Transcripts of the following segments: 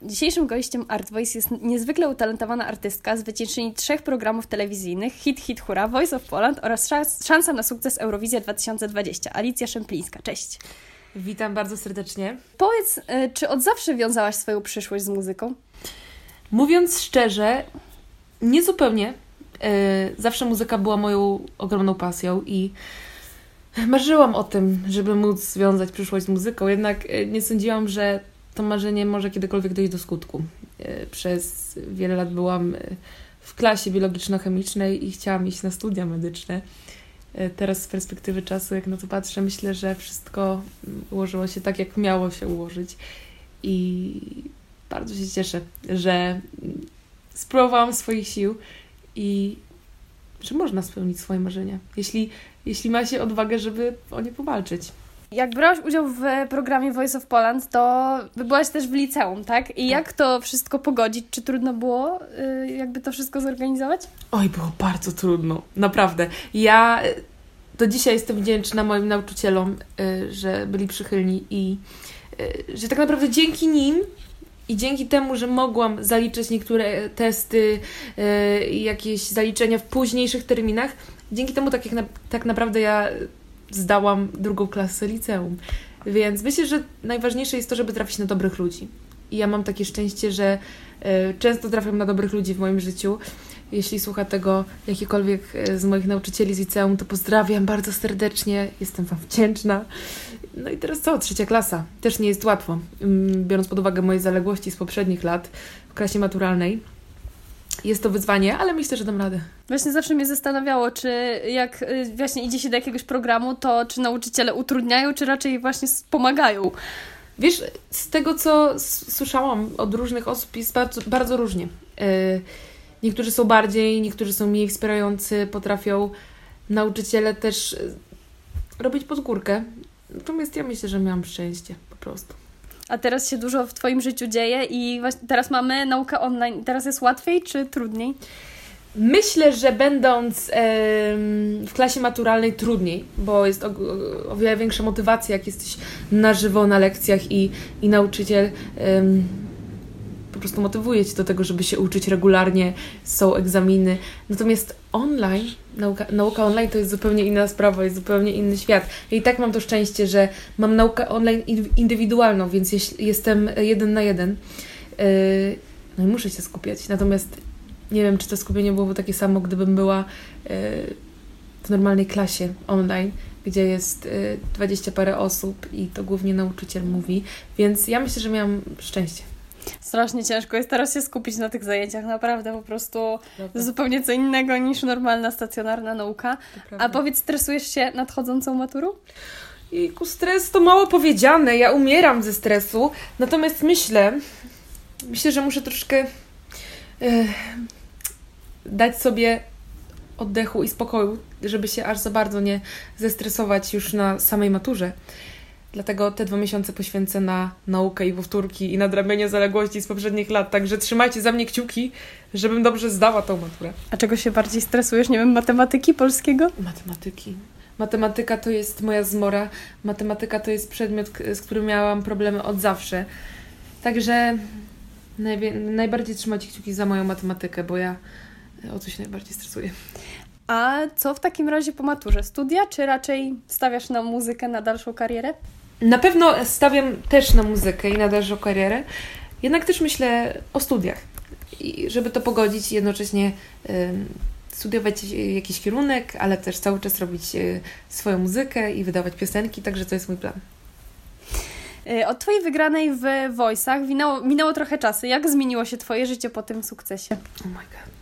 Dzisiejszym gościem Art Voice jest niezwykle utalentowana artystka, zwyciężczyni 3 programów telewizyjnych Hit, Hit, Hura, Voice of Poland oraz szansa na sukces Eurowizja 2020. Alicja Szemplińska. Cześć. Witam bardzo serdecznie. Powiedz, czy od zawsze wiązałaś swoją przyszłość z muzyką? Mówiąc szczerze, nie zupełnie. Zawsze muzyka była moją ogromną pasją i marzyłam o tym, żeby móc związać przyszłość z muzyką, jednak nie sądziłam, że to marzenie może kiedykolwiek dojść do skutku. Przez wiele lat byłam w klasie biologiczno-chemicznej i chciałam iść na studia medyczne. Teraz z perspektywy czasu, jak na to patrzę, myślę, że wszystko ułożyło się tak, jak miało się ułożyć. I bardzo się cieszę, że spróbowałam swoich sił i że można spełnić swoje marzenia, jeśli ma się odwagę, żeby o nie powalczyć. Jak brałaś udział w programie Voice of Poland, to byłaś też w liceum, tak? I jak to wszystko pogodzić? Czy trudno było jakby to wszystko zorganizować? Oj, było bardzo trudno, naprawdę. Ja do dzisiaj jestem wdzięczna moim nauczycielom, że byli przychylni i że tak naprawdę dzięki nim i dzięki temu, że mogłam zaliczyć niektóre testy i jakieś zaliczenia w późniejszych terminach, dzięki temu tak naprawdę ja zdałam 2. klasę liceum. Więc myślę, że najważniejsze jest to, żeby trafić na dobrych ludzi. I ja mam takie szczęście, że często trafiam na dobrych ludzi w moim życiu. Jeśli słucha tego jakikolwiek z moich nauczycieli z liceum, to pozdrawiam bardzo serdecznie. Jestem Wam wdzięczna. No i teraz co? 3. klasa. Też nie jest łatwo, biorąc pod uwagę moje zaległości z poprzednich lat w klasie maturalnej. Jest to wyzwanie, ale myślę, że dam radę. Właśnie zawsze mnie zastanawiało, czy jak właśnie idzie się do jakiegoś programu, to czy nauczyciele utrudniają, czy raczej właśnie pomagają? Wiesz, z tego co słyszałam od różnych osób jest bardzo, bardzo różnie. Niektórzy są bardziej, niektórzy są mniej wspierający, potrafią nauczyciele też robić pod górkę. Natomiast ja myślę, że miałam szczęście po prostu. A teraz się dużo w Twoim życiu dzieje i właśnie teraz mamy naukę online. Teraz jest łatwiej czy trudniej? Myślę, że będąc w klasie maturalnej trudniej, bo jest o wiele większa motywacja, jak jesteś na żywo na lekcjach i nauczyciel po prostu motywuje Cię do tego, żeby się uczyć regularnie, są egzaminy. Natomiast online, nauka online to jest zupełnie inna sprawa, jest zupełnie inny świat. Ja i tak mam to szczęście, że mam naukę online indywidualną, więc jestem 1 na 1. No i muszę się skupiać. Natomiast nie wiem, czy to skupienie byłoby takie samo, gdybym była w normalnej klasie online, gdzie jest 20 parę osób i to głównie nauczyciel mówi. Więc ja myślę, że miałam szczęście. Strasznie ciężko jest teraz się skupić na tych zajęciach, naprawdę po prostu zupełnie co innego niż normalna, stacjonarna nauka. A powiedz, stresujesz się nadchodzącą maturą? Jejku, stres to mało powiedziane, ja umieram ze stresu, natomiast myślę, że muszę troszkę dać sobie oddechu i spokoju, żeby się aż za bardzo nie zestresować już na samej maturze. Dlatego te 2 miesiące poświęcę na naukę i powtórki i nadrabianie zaległości z poprzednich lat. Także trzymajcie za mnie kciuki, żebym dobrze zdała tą maturę. A czego się bardziej stresujesz? Nie wiem, matematyki, polskiego? Matematyki. Matematyka to jest moja zmora. Matematyka to jest przedmiot, z którym miałam problemy od zawsze. Także najbardziej trzymajcie kciuki za moją matematykę, bo ja o to się najbardziej stresuję. A co w takim razie po maturze? Studia, czy raczej stawiasz na muzykę, na dalszą karierę? Na pewno stawiam też na muzykę i na dalszą karierę, jednak też myślę o studiach. I żeby to pogodzić, jednocześnie studiować jakiś kierunek, ale też cały czas robić swoją muzykę i wydawać piosenki, także to jest mój plan. Od Twojej wygranej w Voice'ach minęło trochę czasu. Jak zmieniło się Twoje życie po tym sukcesie? Oh my god.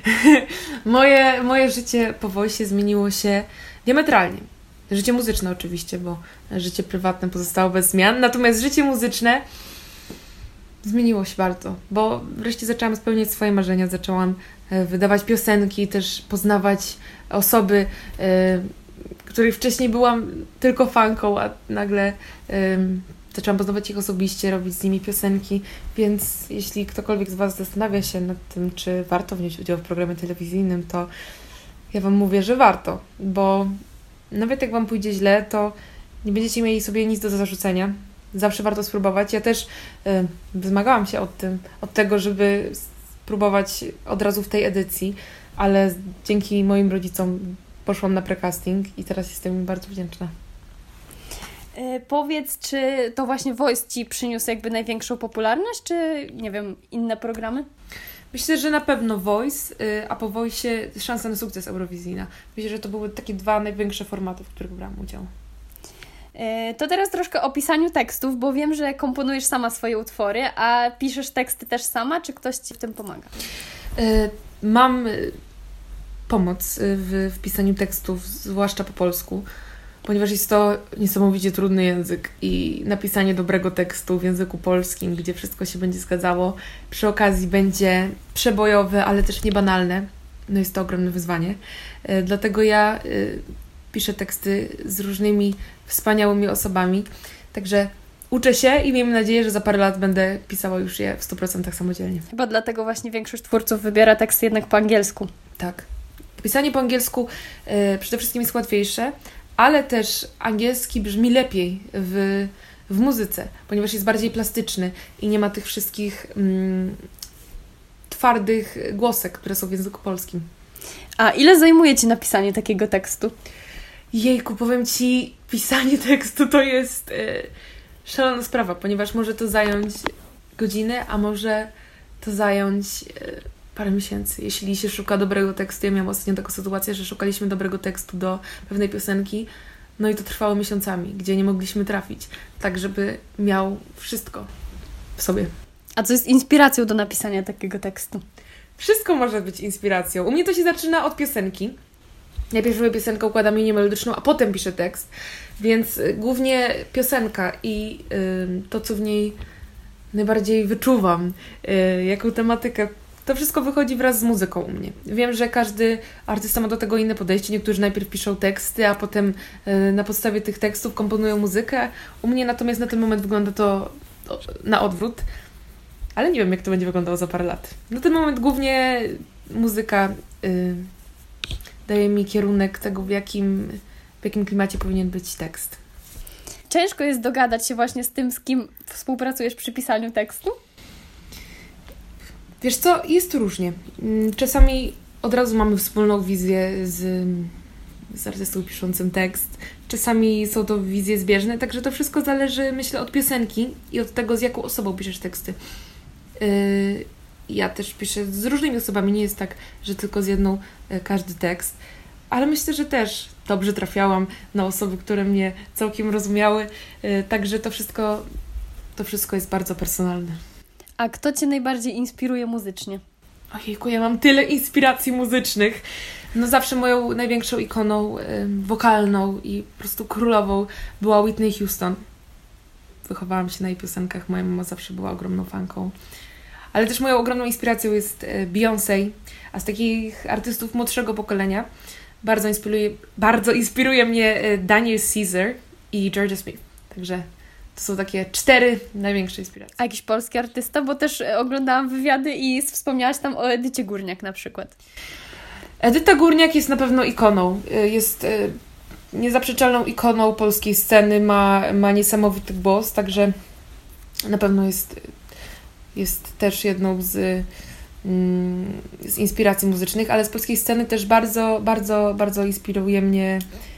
Moje życie po Voice'ie zmieniło się diametralnie. Życie muzyczne oczywiście, bo życie prywatne pozostało bez zmian. Natomiast życie muzyczne zmieniło się bardzo, bo wreszcie zaczęłam spełniać swoje marzenia. Zaczęłam wydawać piosenki, też poznawać osoby, których wcześniej byłam tylko fanką, a nagle zaczęłam poznawać ich osobiście, robić z nimi piosenki, więc jeśli ktokolwiek z Was zastanawia się nad tym, czy warto wziąć udział w programie telewizyjnym, to ja Wam mówię, że warto, bo nawet jak Wam pójdzie źle, to nie będziecie mieli sobie nic do zarzucenia. zawsze warto spróbować. Ja też wzmagałam się od tego, żeby spróbować od razu w tej edycji, ale dzięki moim rodzicom poszłam na precasting i teraz jestem im bardzo wdzięczna. Powiedz, czy to właśnie Voice Ci przyniósł jakby największą popularność, czy nie wiem, inne programy? Myślę, że na pewno Voice, a po Voice'ie Szansa na sukces Eurowizyjna. Myślę, że to były takie 2 największe formaty, w których brałam udział. To teraz troszkę o pisaniu tekstów, bo wiem, że komponujesz sama swoje utwory, a piszesz teksty też sama, czy ktoś Ci w tym pomaga? Mam pomoc w pisaniu tekstów, zwłaszcza po polsku, ponieważ jest to niesamowicie trudny język i napisanie dobrego tekstu w języku polskim, gdzie wszystko się będzie zgadzało, przy okazji będzie przebojowe, ale też niebanalne. No jest to ogromne wyzwanie. Dlatego ja piszę teksty z różnymi wspaniałymi osobami. Także uczę się i miejmy nadzieję, że za parę lat będę pisała już je w 100% samodzielnie. Chyba dlatego właśnie większość twórców wybiera teksty jednak po angielsku. Tak. Pisanie po angielsku przede wszystkim jest łatwiejsze, ale też angielski brzmi lepiej w muzyce, ponieważ jest bardziej plastyczny i nie ma tych wszystkich twardych głosek, które są w języku polskim. A ile zajmuje Ci napisanie takiego tekstu? Jejku, powiem Ci, pisanie tekstu to jest szalona sprawa, ponieważ może to zająć godzinę, a może to zająć parę miesięcy. Jeśli się szuka dobrego tekstu, ja miałam ostatnio taką sytuację, że szukaliśmy dobrego tekstu do pewnej piosenki, no i to trwało miesiącami, gdzie nie mogliśmy trafić, tak żeby miał wszystko w sobie. A co jest inspiracją do napisania takiego tekstu? Wszystko może być inspiracją. U mnie to się zaczyna od piosenki. Najpierw robię piosenkę, układam linię melodyczną, a potem piszę tekst. Więc głównie piosenka i to, co w niej najbardziej wyczuwam, jaką tematykę, to wszystko wychodzi wraz z muzyką u mnie. Wiem, że każdy artysta ma do tego inne podejście. Niektórzy najpierw piszą teksty, a potem na podstawie tych tekstów komponują muzykę. U mnie natomiast na ten moment wygląda to na odwrót. Ale nie wiem, jak to będzie wyglądało za parę lat. Na ten moment głównie muzyka daje mi kierunek tego, w jakim klimacie powinien być tekst. Ciężko jest dogadać się właśnie z tym, z kim współpracujesz przy pisaniu tekstu? Wiesz co, jest różnie. Czasami od razu mamy wspólną wizję z artystą piszącym tekst. Czasami są to wizje zbieżne, także to wszystko zależy, myślę, od piosenki i od tego, z jaką osobą piszesz teksty. Ja też piszę z różnymi osobami, nie jest tak, że tylko z jedną każdy tekst, ale myślę, że też dobrze trafiałam na osoby, które mnie całkiem rozumiały, także to wszystko jest bardzo personalne. A kto Cię najbardziej inspiruje muzycznie? Ojejku, ja mam tyle inspiracji muzycznych. No zawsze moją największą ikoną wokalną i po prostu królową była Whitney Houston. Wychowałam się na jej piosenkach, moja mama zawsze była ogromną fanką. Ale też moją ogromną inspiracją jest Beyoncé, a z takich artystów młodszego pokolenia bardzo inspiruje mnie Daniel Caesar i Georgia Smith. Także to są takie 4 największe inspiracje. A jakiś polski artysta? Bo też oglądałam wywiady i wspomniałaś tam o Edycie Górniak na przykład. Edyta Górniak jest na pewno ikoną. Jest niezaprzeczalną ikoną polskiej sceny, ma niesamowity głos, także na pewno jest też jedną z inspiracji muzycznych, ale z polskiej sceny też bardzo, bardzo, bardzo inspiruje mnie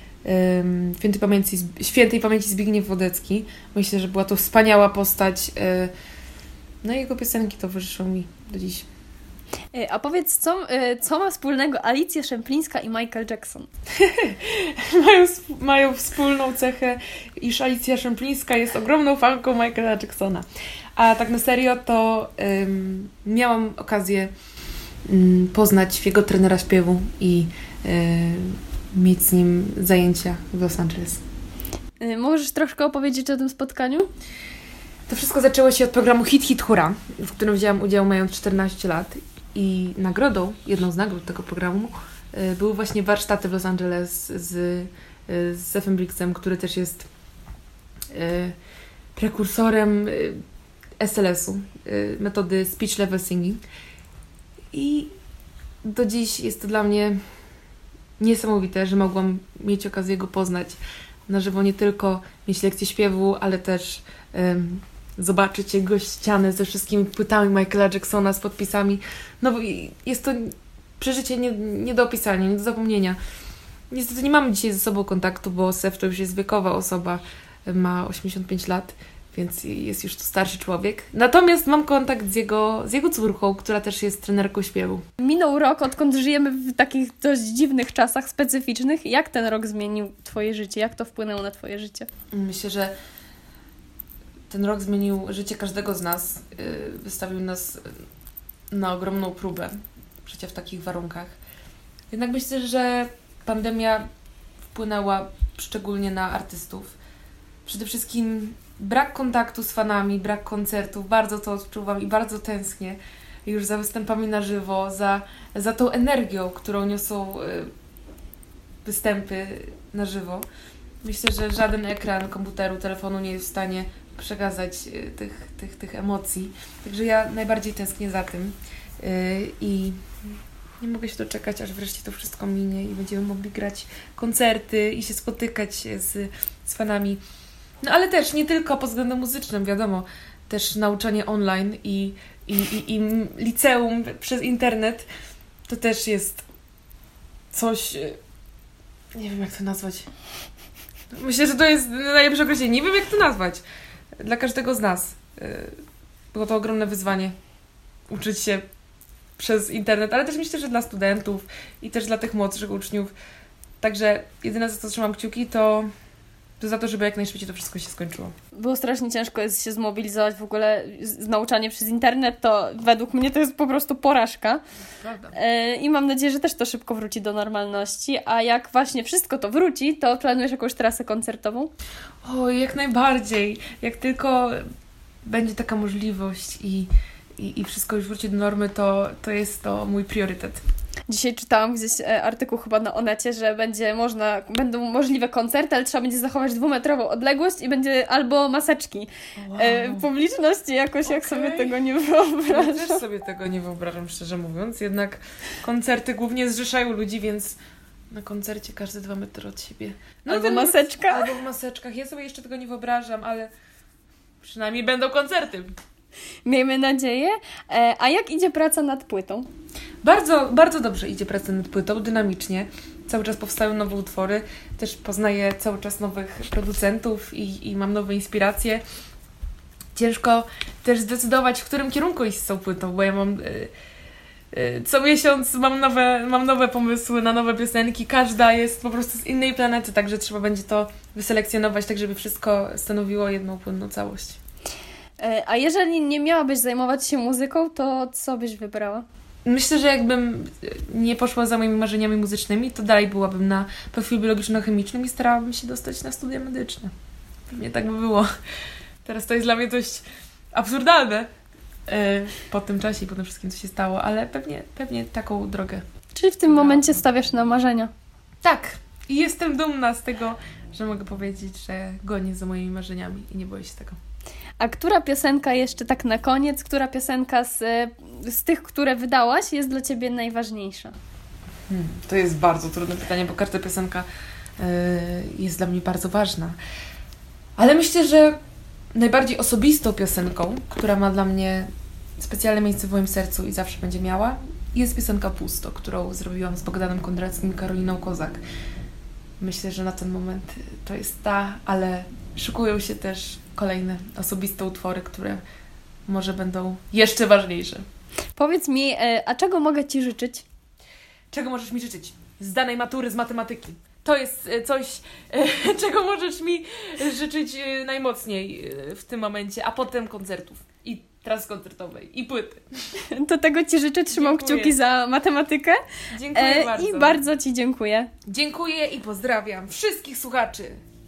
świętej pamięci Zbigniew Wodecki. Myślę, że była to wspaniała postać. No i jego piosenki towarzyszą mi do dziś. A powiedz, co ma wspólnego Alicja Szemplińska i Michael Jackson? Mają wspólną cechę, iż Alicja Szemplińska jest ogromną fanką Michaela Jacksona. A tak na serio to miałam okazję poznać jego trenera śpiewu i mieć z nim zajęcia w Los Angeles. Możesz troszkę opowiedzieć o tym spotkaniu? To wszystko zaczęło się od programu Hit Hit Hura, w którym wzięłam udział mając 14 lat i jedną z nagród tego programu były właśnie warsztaty w Los Angeles z Sefem Briggsem, który też jest prekursorem SLS-u, metody Speech Level Singing. I do dziś jest to dla mnie niesamowite, że mogłam mieć okazję go poznać. na żywo nie tylko mieć lekcję śpiewu, ale też zobaczyć jego ścianę ze wszystkimi płytami Michaela Jacksona z podpisami. No bo jest to przeżycie nie do opisania, nie do zapomnienia. Niestety nie mamy dzisiaj ze sobą kontaktu, bo Sef to już jest wiekowa osoba, ma 85 lat, więc jest już to starszy człowiek. Natomiast mam kontakt z jego córką, która też jest trenerką śpiewu. Minął rok, odkąd żyjemy w takich dość dziwnych czasach, specyficznych. Jak ten rok zmienił Twoje życie? Jak to wpłynęło na Twoje życie? Myślę, że ten rok zmienił życie każdego z nas. Wystawił nas na ogromną próbę życia w takich warunkach. Jednak myślę, że pandemia wpłynęła szczególnie na artystów. Przede wszystkim brak kontaktu z fanami, brak koncertów. Bardzo to odczuwam i bardzo tęsknię już za występami na żywo, za tą energią, którą niosą występy na żywo. Myślę, że żaden ekran komputeru, telefonu nie jest w stanie przekazać tych emocji. Także ja najbardziej tęsknię za tym i nie mogę się doczekać, aż wreszcie to wszystko minie i będziemy mogli grać koncerty i się spotykać z fanami. No ale też nie tylko pod względem muzycznym, wiadomo, też nauczanie online i liceum przez internet to też jest coś, nie wiem jak to nazwać. Myślę, że to jest najlepsze określenie. Nie wiem jak to nazwać. Dla każdego z nas było to ogromne wyzwanie uczyć się przez internet, ale też myślę, że dla studentów i też dla tych młodszych uczniów. Także jedyne, za co trzymam kciuki, to za to, żeby jak najszybciej to wszystko się skończyło. Było strasznie ciężko jest się zmobilizować w ogóle z nauczanie przez internet, to według mnie to jest po prostu porażka. Prawda. I mam nadzieję, że też to szybko wróci do normalności, a jak właśnie wszystko to wróci, to planujesz jakąś trasę koncertową? O, jak najbardziej. Jak tylko będzie taka możliwość i wszystko już wróci do normy, to jest to mój priorytet. Dzisiaj czytałam gdzieś artykuł chyba na Onecie, że będą możliwe koncerty, ale trzeba będzie zachować 2-metrową odległość i będzie albo maseczki. Wow. W publiczności jakoś, jak sobie tego nie wyobrażam. Ja też sobie tego nie wyobrażam, szczerze mówiąc. Jednak koncerty głównie zrzeszają ludzi, więc na koncercie każdy 2 metry od siebie. No, albo maseczka. Albo w maseczkach. Ja sobie jeszcze tego nie wyobrażam, ale przynajmniej będą koncerty. Miejmy nadzieję. A jak idzie praca nad płytą? Bardzo, bardzo dobrze idzie praca nad płytą, dynamicznie. Cały czas powstają nowe utwory. Też poznaję cały czas nowych producentów i mam nowe inspiracje. Ciężko też zdecydować, w którym kierunku iść z tą płytą, bo ja mam co miesiąc mam nowe pomysły na nowe piosenki. Każda jest po prostu z innej planety, także trzeba będzie to wyselekcjonować, tak żeby wszystko stanowiło jedną płynną całość. A jeżeli nie miałabyś zajmować się muzyką, to co byś wybrała? Myślę, że jakbym nie poszła za moimi marzeniami muzycznymi, to dalej byłabym na profilu biologiczno-chemicznym i starałabym się dostać na studia medyczne. Pewnie tak by było. Teraz to jest dla mnie dość absurdalne po tym czasie i po tym wszystkim, co się stało, ale pewnie taką drogę. Czyli w tym momencie stawiasz na marzenia. Tak. I jestem dumna z tego, że mogę powiedzieć, że gonię za moimi marzeniami i nie boję się tego. A która piosenka jeszcze tak na koniec, która piosenka z tych, które wydałaś, jest dla Ciebie najważniejsza? To jest bardzo trudne pytanie, bo każda piosenka jest dla mnie bardzo ważna. Ale myślę, że najbardziej osobistą piosenką, która ma dla mnie specjalne miejsce w moim sercu i zawsze będzie miała, jest piosenka Pusto, którą zrobiłam z Bogdanem Kondrackim i Karoliną Kozak. Myślę, że na ten moment to jest ta, ale szykują się też kolejne osobiste utwory, które może będą jeszcze ważniejsze. Powiedz mi, a czego mogę Ci życzyć? Czego możesz mi życzyć? Zdanej matury z matematyki. To jest coś, czego możesz mi życzyć najmocniej w tym momencie, a potem koncertów i tras koncertowej i płyty. To tego Ci życzę, trzymam kciuki za matematykę. Dziękuję bardzo. I bardzo Ci dziękuję. Dziękuję i pozdrawiam wszystkich słuchaczy.